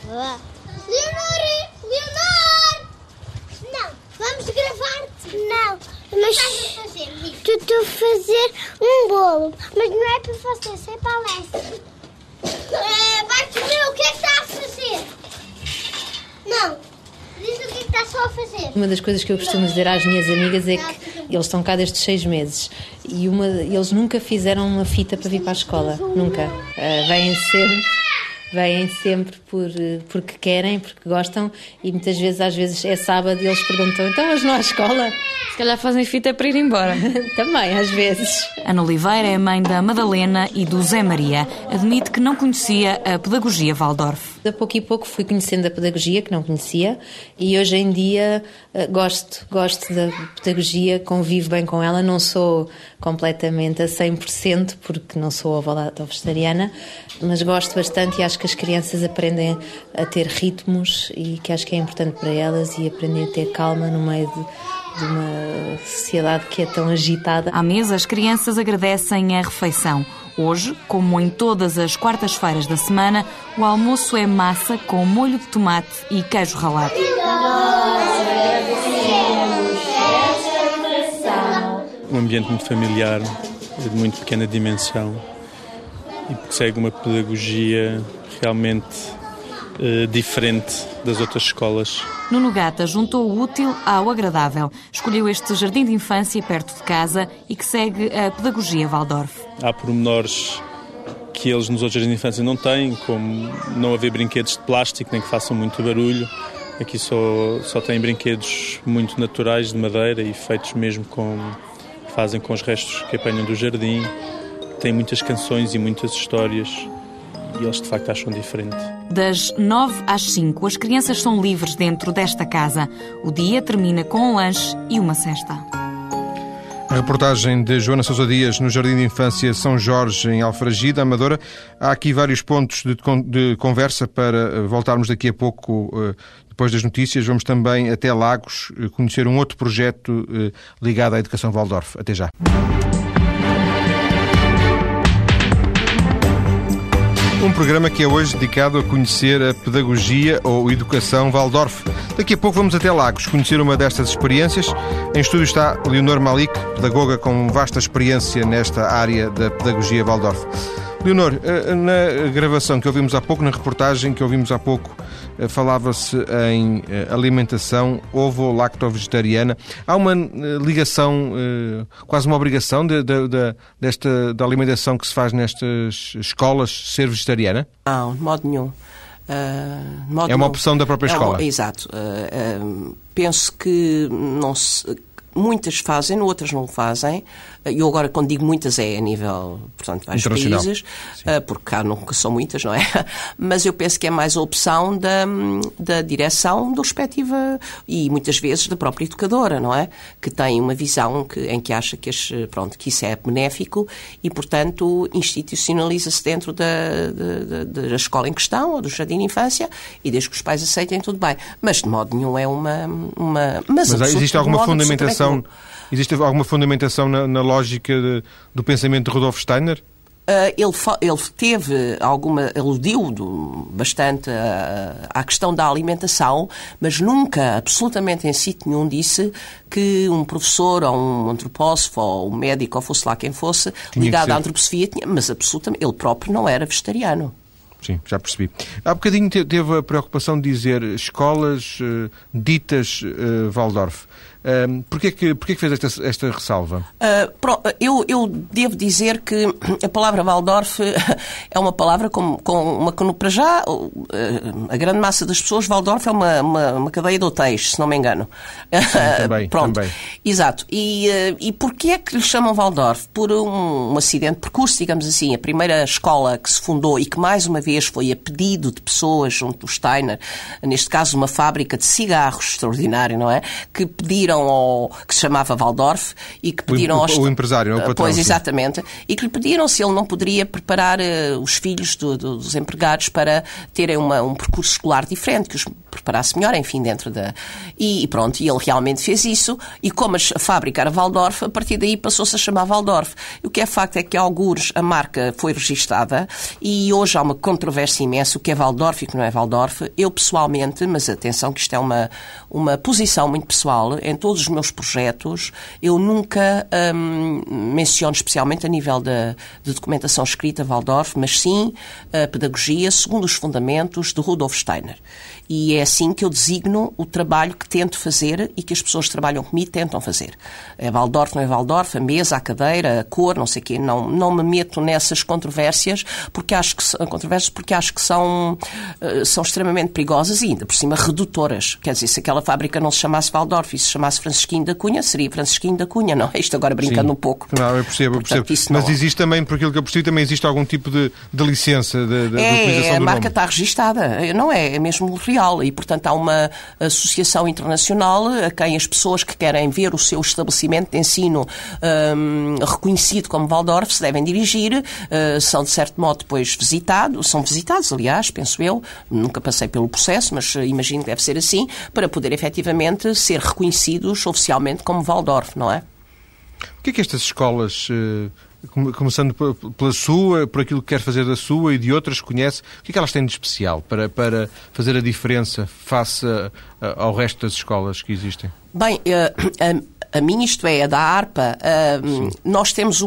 Leonor! Não, vamos gravar-te. Não, mas tu estou a fazer um bolo, mas não é para você, é para a Alessia. Vai-te ver o que é que está a fazer. Não, diz o que é que está só a fazer.
Uma das coisas que eu costumo dizer às minhas amigas é que eles estão cá desde 6 meses e eles nunca fizeram uma fita para vir para a escola, nunca. Vêm sempre Vêm sempre porque querem, porque gostam, e muitas vezes, às vezes é sábado e eles perguntam, então mas não há escola?
Se calhar fazem fita para ir embora.
Também, às vezes.
Ana Oliveira é mãe da Madalena e do Zé Maria. Admite que não conhecia a pedagogia Waldorf.
A pouco e pouco fui conhecendo a pedagogia, que não conhecia, e hoje em dia gosto da pedagogia, convivo bem com ela. Não sou completamente a 100%, porque não sou avó-vegetariana, mas gosto bastante e acho que as crianças aprendem a ter ritmos e que acho que é importante para elas, e aprendem a ter calma no meio de uma sociedade que é tão agitada.
À mesa, as crianças agradecem a refeição. Hoje, como em todas as quartas-feiras da semana, o almoço é massa com molho de tomate e queijo ralado.
Um ambiente muito familiar, de muito pequena dimensão, e que segue uma pedagogia realmente diferente das outras escolas.
Nuno Gata juntou o útil ao agradável. Escolheu este jardim de infância perto de casa e que segue a pedagogia Waldorf.
Há pormenores que eles nos outros jardins de infância não têm, como não haver brinquedos de plástico, nem que façam muito barulho. Aqui só têm brinquedos muito naturais, de madeira, e feitos mesmo fazem com os restos que apanham do jardim. Tem muitas canções e muitas histórias, e eles de facto acham diferente.
Das 9 às 5, as crianças são livres dentro desta casa. O dia termina com um lanche e uma cesta.
A reportagem de Joana Sousa Dias no Jardim de Infância São Jorge, em Alfragide, Amadora. Há aqui vários pontos de conversa para voltarmos daqui a pouco, depois das notícias. Vamos também até Lagos conhecer um outro projeto ligado à educação Waldorf. Até já. Um programa que é hoje dedicado a conhecer a pedagogia ou educação Waldorf. Daqui a pouco vamos até Lagos conhecer uma destas experiências. Em estúdio está Leonor Malik, pedagoga com vasta experiência nesta área da pedagogia Waldorf. Leonor, na gravação que ouvimos há pouco, na reportagem que ouvimos há pouco, falava-se em alimentação ovo-lacto-vegetariana. Há uma ligação, quase uma obrigação da alimentação que se faz nestas escolas ser vegetariana?
Não, de modo nenhum.
É uma opção da própria escola?
Exato. Penso que muitas fazem, outras não fazem. Eu agora, quando digo muitas, é a nível, portanto, vários países, porque cá nunca são muitas, não é? Mas eu penso que é mais a opção da direção da respectiva, e muitas vezes da própria educadora, não é? Que tem uma visão em que acha que isso é benéfico e, portanto, institucionaliza-se dentro da escola em questão, ou do jardim de infância, e desde que os pais aceitem, tudo bem. Mas, de modo nenhum, é uma... Mas
existe alguma fundamentação... Existe alguma fundamentação na lógica do pensamento de Rudolf Steiner?
Ele teve aludiu bastante à questão da alimentação, mas nunca, absolutamente em sítio nenhum, disse que um professor ou um antropósofo ou um médico, ou fosse lá quem fosse, ligado à antroposofia, mas absolutamente, ele próprio não era vegetariano.
Sim, já percebi. Há bocadinho teve a preocupação de dizer escolas ditas Waldorf. Porquê que fez esta ressalva?
Eu devo dizer que a palavra Waldorf é uma palavra para já, a grande massa das pessoas, Waldorf é uma cadeia de hotéis, se não me engano.
Sim, também.
Exato. E porquê é que lhe chamam Waldorf? Por um acidente de percurso, digamos assim. A primeira escola que se fundou e que mais uma vez foi a pedido de pessoas junto do Steiner, neste caso uma fábrica de cigarros extraordinária, não é? Que pediram que se chamava Waldorf e que pediram
o empresário, o patrão.
Pois, exatamente. E que lhe pediram se ele não poderia preparar os filhos dos empregados para terem um percurso escolar diferente, que os preparasse melhor, enfim, dentro da... E pronto, e ele realmente fez isso, e como a fábrica era Waldorf, a partir daí passou-se a chamar Waldorf. E o que é facto é que, a algures, a marca foi registada, e hoje há uma controvérsia imensa, o que é Waldorf e o que não é Waldorf. Eu, pessoalmente, mas atenção que isto é uma posição muito pessoal, todos os meus projetos, eu nunca menciono especialmente a nível de documentação escrita Waldorf, mas sim a pedagogia segundo os fundamentos de Rudolf Steiner. E é assim que eu designo o trabalho que tento fazer e que as pessoas que trabalham comigo tentam fazer. É Waldorf, não é Waldorf, a mesa, a cadeira, a cor, não sei o quê. Não me meto nessas controvérsias porque acho que são extremamente perigosas e ainda por cima redutoras. Quer dizer, se aquela fábrica não se chamasse Waldorf e se chamasse Francisquinho da Cunha, seria Francisquinho da Cunha, não é? Isto agora brincando um pouco.
Não, eu percebo. Mas existe também, por aquilo que eu percebi, também existe algum tipo de licença de utilização do
a marca
nome.
Está registada, não é? É mesmo real. E, portanto, há uma associação internacional a quem as pessoas que querem ver o seu estabelecimento de ensino reconhecido como Waldorf se devem dirigir, são, de certo modo, depois são visitados, aliás, penso eu, nunca passei pelo processo, mas imagino que deve ser assim, para poder, efetivamente, ser reconhecidos oficialmente como Waldorf, não é?
O que é que estas escolas... começando pela sua, por aquilo que quer fazer da sua e de outras que conhece, o que é que elas têm de especial para fazer a diferença face ao resto das escolas que existem?
Bem, a minha, isto é, a da ARPA, nós temos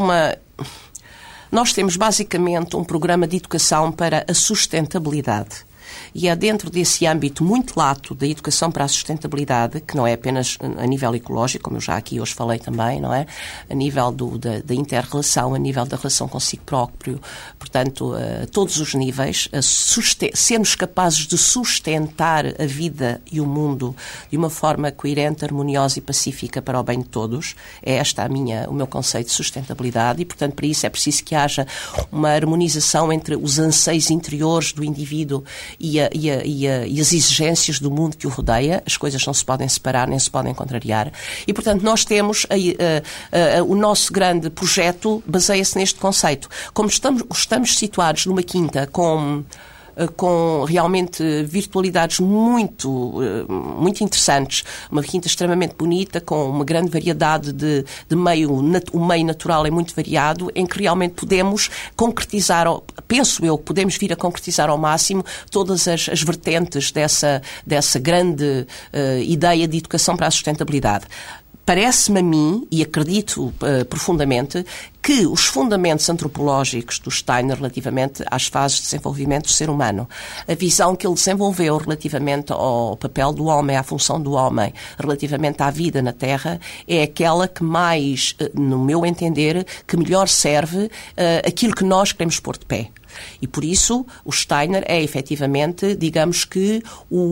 basicamente um programa de educação para a sustentabilidade. E é dentro desse âmbito muito lato da educação para a sustentabilidade, que não é apenas a nível ecológico, como eu já aqui hoje falei também, não é? A nível da inter-relação, a nível da relação consigo próprio, portanto, a todos os níveis, sermos capazes de sustentar a vida e o mundo de uma forma coerente, harmoniosa e pacífica para o bem de todos. É o meu conceito de sustentabilidade e, portanto, para isso é preciso que haja uma harmonização entre os anseios interiores do indivíduo e as exigências do mundo que o rodeia. As coisas não se podem separar, nem se podem contrariar. E, portanto, nós temos o nosso grande projeto baseia-se neste conceito. Como estamos situados numa quinta com realmente virtualidades muito interessantes, uma quinta extremamente bonita, com uma grande variedade de meio, o meio natural é muito variado, em que realmente podemos concretizar, penso eu, podemos vir a concretizar ao máximo todas as vertentes dessa grande ideia de educação para a sustentabilidade. Parece-me a mim, e acredito profundamente, que os fundamentos antropológicos do Steiner relativamente às fases de desenvolvimento do ser humano, a visão que ele desenvolveu relativamente ao papel do homem, à função do homem, relativamente à vida na Terra, é aquela que mais, no meu entender, que melhor serve aquilo que nós queremos pôr de pé. E por isso o Steiner é efetivamente, digamos que,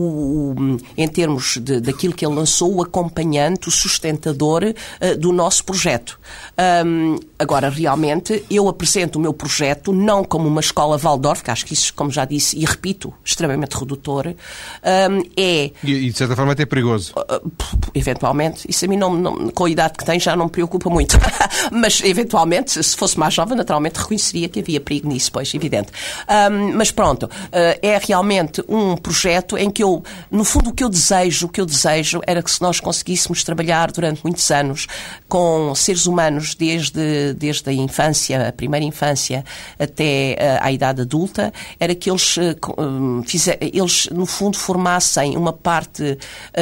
em termos daquilo que ele lançou, o acompanhante, o sustentador do nosso projeto. Agora, realmente, eu apresento o meu projeto não como uma escola Waldorf, que acho que isso, como já disse, e repito, extremamente redutor, E
de certa forma até perigoso.
Eventualmente. Isso a mim, com a idade que tem, já não me preocupa muito. Mas, eventualmente, se fosse mais jovem, naturalmente reconheceria que havia perigo nisso, pois, evidente. Mas pronto, é realmente um projeto em que eu, no fundo, o que eu desejo era que se nós conseguíssemos trabalhar durante muitos anos com seres humanos desde a infância, a primeira infância, até à idade adulta, era que eles no fundo formassem uma parte,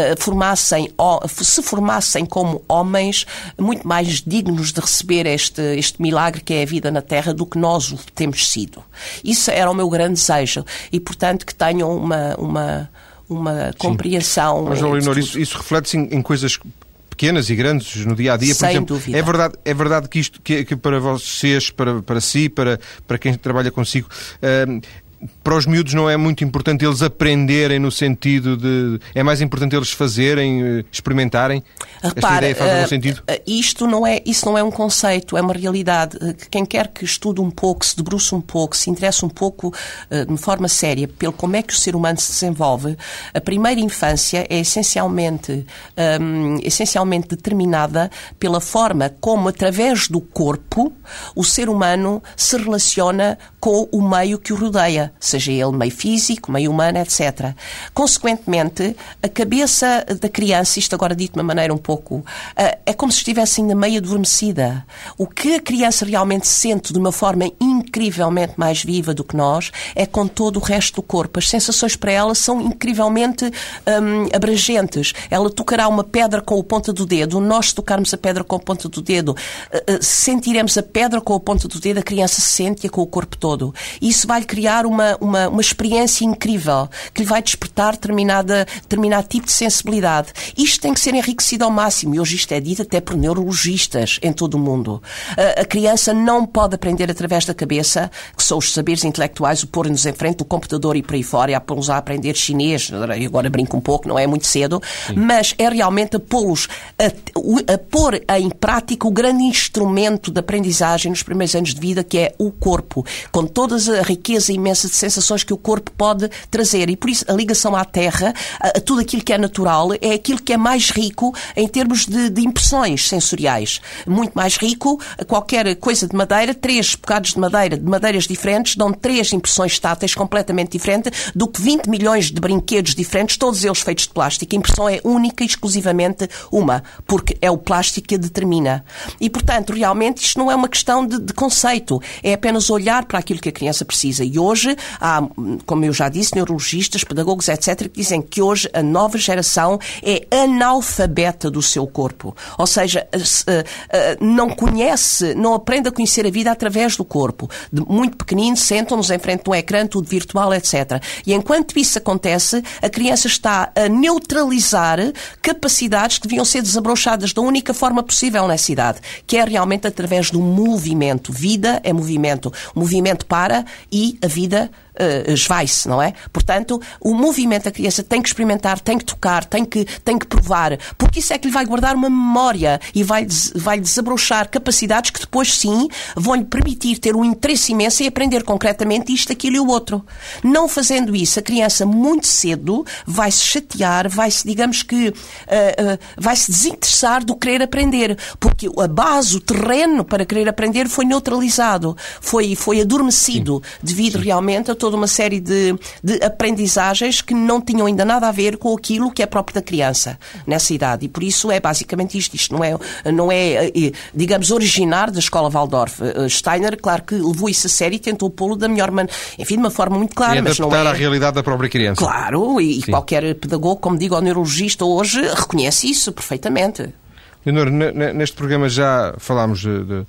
se formassem como homens muito mais dignos de receber este milagre que é a vida na Terra do que nós o temos sido. Isso era o meu grande desejo e, portanto, que tenham uma compreensão.
Mas, Leonor, isso reflete-se em coisas pequenas e grandes no dia-a-dia. Por exemplo,
dúvida.
É verdade que isto que para vocês, para si, para quem trabalha consigo, para os miúdos não é muito importante eles aprenderem no sentido de... É mais importante eles fazerem, experimentarem?
Repara,
esta ideia faz algum sentido?
Isso não é um conceito, é uma realidade. Quem quer que estude um pouco, se debruce um pouco, se interesse um pouco de forma séria pelo como é que o ser humano se desenvolve, a primeira infância é essencialmente determinada pela forma como, através do corpo, o ser humano se relaciona com o meio que o rodeia. vida, seja ele meio físico, meio humano, etc. Consequentemente, a cabeça da criança, isto agora dito de uma maneira um pouco, é como se estivesse ainda meio adormecida. O que a criança realmente sente de uma forma incrivelmente mais viva do que nós é com todo o resto do corpo. As sensações para ela são incrivelmente abrangentes. Ela tocará uma pedra com a ponta do dedo. Nós, se tocarmos a pedra com a ponta do dedo, sentiremos a pedra com a ponta do dedo, a criança sente-a com o corpo todo. Isso vai-lhe criar uma experiência incrível, que lhe vai despertar determinado tipo de sensibilidade. Isto tem que ser enriquecido ao máximo, e hoje isto é dito até por neurologistas em todo o mundo. A criança não pode aprender através da cabeça, que são os saberes intelectuais, o pôr-nos em frente do computador e por aí fora, e a pô-los a aprender chinês, agora brinco um pouco, não é muito cedo, mas é realmente a pô-los a pôr em prática o grande instrumento de aprendizagem nos primeiros anos de vida, que é o corpo, com toda a riqueza imensa de sensações que o corpo pode trazer. E por isso a ligação à terra, a tudo aquilo que é natural, é aquilo que é mais rico em termos de impressões sensoriais. Muito mais rico, qualquer coisa de madeira, 3 bocados de madeiras diferentes, dão 3 impressões táteis completamente diferentes do que 20 milhões de brinquedos diferentes, todos eles feitos de plástico. A impressão é única e exclusivamente uma, porque é o plástico que a determina. E, portanto, realmente isto não é uma questão de conceito, é apenas olhar para aquilo que a criança precisa. E hoje há, como eu já disse, neurologistas, pedagogos, etc., que dizem que hoje a nova geração é analfabeta do seu corpo. Ou seja, não aprende a conhecer a vida através do corpo. De muito pequenino, sentam-nos em frente de um ecrã, tudo virtual, etc. E enquanto isso acontece, a criança está a neutralizar capacidades que deviam ser desabrochadas da única forma possível nessa idade, que é realmente através do movimento. Vida é movimento. O movimento para e a vida esvai-se, não é? Portanto, o movimento a criança tem que experimentar, tem que tocar, tem que provar, porque isso é que lhe vai guardar uma memória e vai desabrochar capacidades que depois sim vão-lhe permitir ter um interesse imenso em aprender concretamente isto, aquilo e o outro. Não fazendo isso, a criança muito cedo vai-se chatear, vai-se, digamos que, vai-se desinteressar do querer aprender, porque a base, o terreno para querer aprender foi neutralizado, foi adormecido, devido realmente a toda uma série de aprendizagens que não tinham ainda nada a ver com aquilo que é próprio da criança nessa idade. E por isso é basicamente isto. Isto não é digamos, originar da escola Waldorf. Steiner, claro que levou isso a sério e tentou pô-lo da melhor maneira, enfim, de uma forma muito clara.
E adaptar
mas não é...
à realidade da própria criança.
Claro, e qualquer pedagogo, como digo, ou neurologista hoje, reconhece isso perfeitamente.
Leonor, neste programa já falámos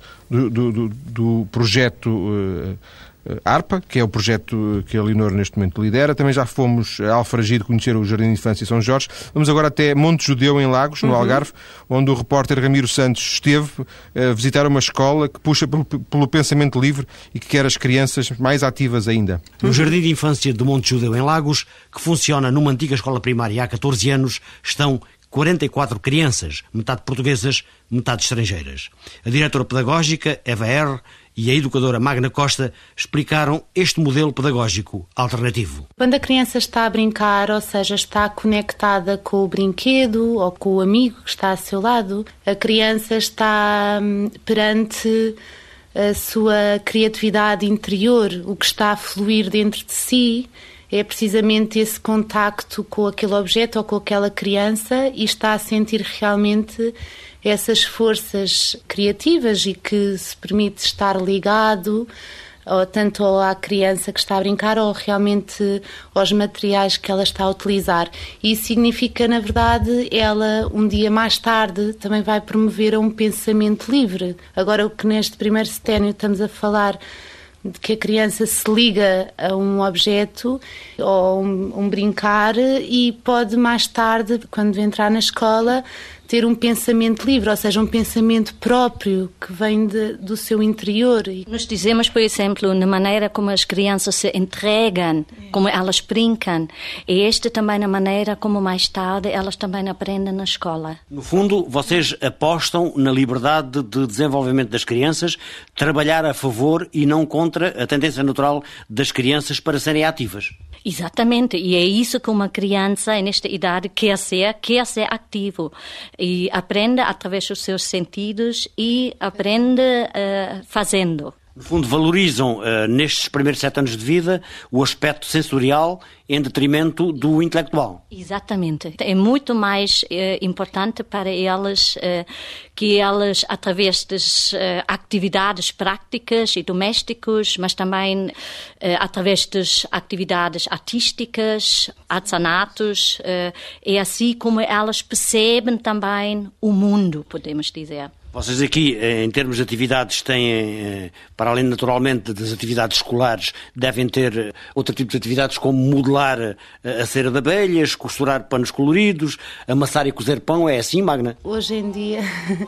do projeto ARPA, que é o projeto que a Leonor neste momento lidera. Também já fomos a Alfragide conhecer o Jardim de Infância São Jorge. Vamos agora até Monte Judeu, em Lagos, no Algarve, onde o repórter Ramiro Santos esteve a visitar uma escola que puxa pelo pensamento livre e que quer as crianças mais ativas ainda.
No Jardim de Infância do Monte Judeu, em Lagos, que funciona numa antiga escola primária há 14 anos, estão 44 crianças, metade portuguesas, metade estrangeiras. A diretora pedagógica, Eva R., e a educadora Magna Costa explicaram este modelo pedagógico alternativo.
Quando a criança está a brincar, ou seja, está conectada com o brinquedo ou com o amigo que está ao seu lado, a criança está perante a sua criatividade interior, o que está a fluir dentro de si é precisamente esse contacto com aquele objeto ou com aquela criança e está a sentir realmente essas forças criativas e que se permite estar ligado ou tanto à criança que está a brincar ou realmente aos materiais que ela está a utilizar. Isso significa, na verdade, ela um dia mais tarde também vai promover um pensamento livre. Agora, o que neste primeiro seténio estamos a falar de que a criança se liga a um objeto ou um brincar e pode mais tarde, quando entrar na escola, ter um pensamento livre, ou seja, um pensamento próprio que vem do seu interior.
Nós dizemos, por exemplo, na maneira como as crianças se entregam, como elas brincam, e esta também na maneira como mais tarde elas também aprendem na escola.
No fundo, vocês apostam na liberdade de desenvolvimento das crianças, trabalhar a favor e não contra a tendência natural das crianças para serem ativas.
Exatamente, e é isso que uma criança nesta idade quer ser ativo e aprende através dos seus sentidos e aprende fazendo.
No fundo, valorizam, nestes primeiros 7 anos de vida, o aspecto sensorial em detrimento do intelectual.
Exatamente. É muito mais importante para elas que elas, através das atividades práticas e domésticas, mas também através das atividades artísticas, artesanatos, é assim como elas percebem também o mundo, podemos dizer.
Vocês aqui, em termos de atividades, têm, para além naturalmente das atividades escolares, devem ter outro tipo de atividades como modelar a cera de abelhas, costurar panos coloridos, amassar e cozer pão. É assim, Magna?
Hoje em dia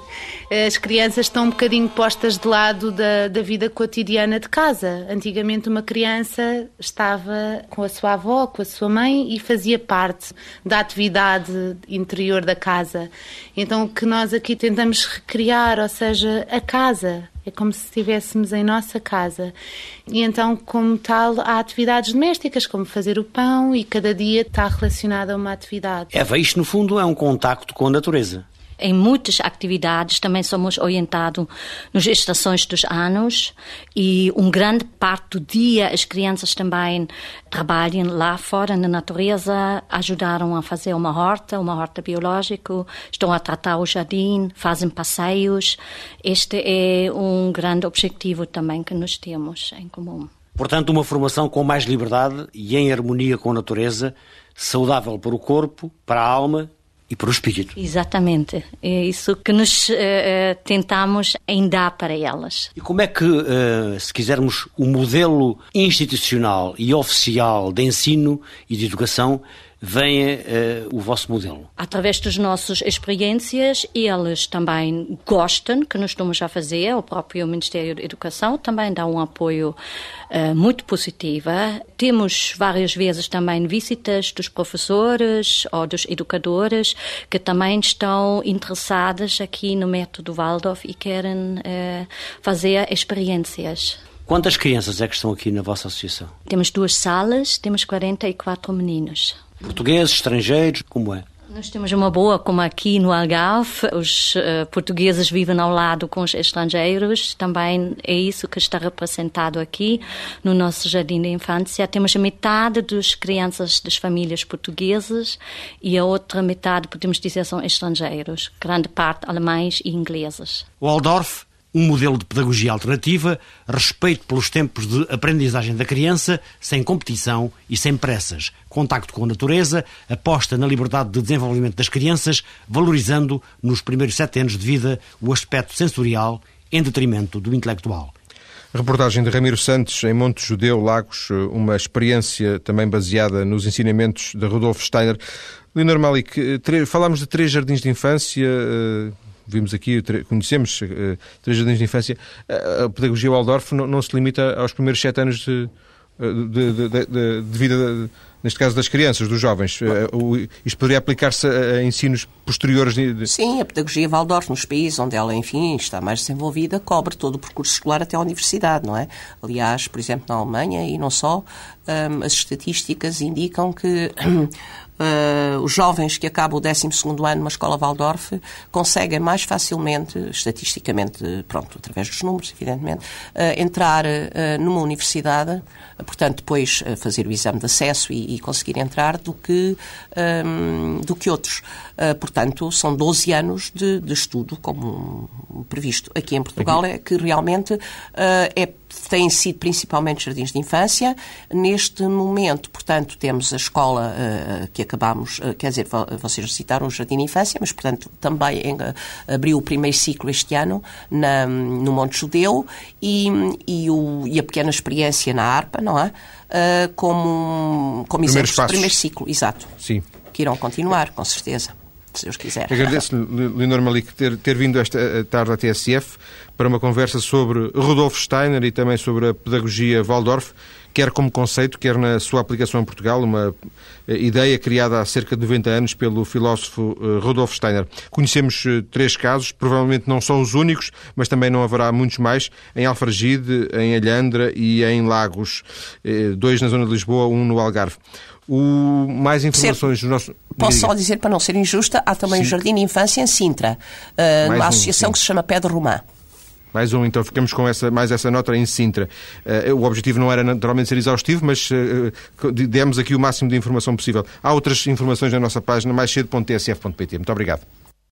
as crianças estão um bocadinho postas de lado da vida cotidiana de casa. Antigamente uma criança estava com a sua avó, com a sua mãe e fazia parte da atividade interior da casa. Então o que nós aqui tentamos recriar, ou seja, a casa. É como se estivéssemos em nossa casa. E então, como tal, há atividades domésticas, como fazer o pão, e cada dia está relacionado a uma atividade.
Eva, isto no fundo é um contacto com a natureza.
Em muitas atividades também somos orientados nas estações dos anos e grande parte do dia as crianças também trabalham lá fora na natureza, ajudaram a fazer uma horta biológica, estão a tratar o jardim, fazem passeios. Este é um grande objetivo também que nós temos em comum.
Portanto, uma formação com mais liberdade e em harmonia com a natureza, saudável para o corpo, para a alma e para o espírito.
Exatamente. É isso que nós tentamos dar para elas.
E como é que, se quisermos, o modelo institucional e oficial de ensino e de educação vem o vosso modelo?
Através das nossas experiências, eles também gostam que nós estamos a fazer. O próprio Ministério da Educação também dá um apoio muito positivo. Temos várias vezes também visitas dos professores ou dos educadores que também estão interessados aqui no método Waldorf e querem fazer experiências.
Quantas crianças é que estão aqui na vossa associação?
Temos 2 salas, temos 44 meninos.
Portugueses, estrangeiros, como é?
Nós temos uma boa, como aqui no Algarve, os portugueses vivem ao lado com os estrangeiros, também é isso que está representado aqui no nosso jardim de infância. Temos a metade das crianças das famílias portuguesas e a outra metade, podemos dizer, são estrangeiros, grande parte alemães e ingleses.
Waldorf, um modelo de pedagogia alternativa, respeito pelos tempos de aprendizagem da criança, sem competição e sem pressas, contacto com a natureza, aposta na liberdade de desenvolvimento das crianças, valorizando, nos primeiros 7 anos de vida, o aspecto sensorial em detrimento do intelectual.
A reportagem de Ramiro Santos, em Monte Judeu, Lagos, uma experiência também baseada nos ensinamentos de Rudolf Steiner. Leonor Malik, falámos de 3 jardins de infância. Vimos aqui, conhecemos 3 jardins de infância. A pedagogia Waldorf não se limita aos primeiros 7 anos de vida, neste caso das crianças, dos jovens. Isto poderia aplicar-se a ensinos posteriores?
Sim, a pedagogia Waldorf, nos países onde ela, enfim, está mais desenvolvida, cobre todo o percurso escolar até à universidade, não é? Aliás, por exemplo, na Alemanha, e não só, as estatísticas indicam que os jovens que acabam o 12º ano numa escola Waldorf conseguem mais facilmente, estatisticamente, através dos números, evidentemente, entrar numa universidade, portanto, depois fazer o exame de acesso e conseguir entrar do que outros. Portanto, são 12 anos de estudo, como previsto aqui em Portugal, é que realmente têm sido principalmente jardins de infância. Neste momento, portanto, temos a escola que acabámos, quer dizer, vocês citaram o jardim de infância, mas, portanto, também abriu o primeiro ciclo este ano no Monte Judeu e a pequena experiência na harpa, não é? Como exemplos do primeiro ciclo, exato.
Sim.
Que irão continuar, com certeza, se Deus quiser.
Agradeço-lhe, Leonor Malik, ter vindo esta tarde à TSF para uma conversa sobre Rudolf Steiner e também sobre a pedagogia Waldorf, quer como conceito, quer na sua aplicação em Portugal, uma ideia criada há cerca de 90 anos pelo filósofo Rudolf Steiner. Conhecemos 3 casos, provavelmente não são os únicos, mas também não haverá muitos mais, em Alfragide, em Alhandra e em Lagos, 2 na zona de Lisboa, 1 no Algarve. Mais informações do nosso...
Posso só dizer, para não ser injusta, há também o Jardim de Infância em Sintra, numa associação que se chama Pé de Romã.
Mais um, então ficamos com mais essa nota em Sintra. O objetivo não era naturalmente ser exaustivo, mas demos aqui o máximo de informação possível. Há outras informações na nossa página, maiscedo.tsf.pt. Muito obrigado.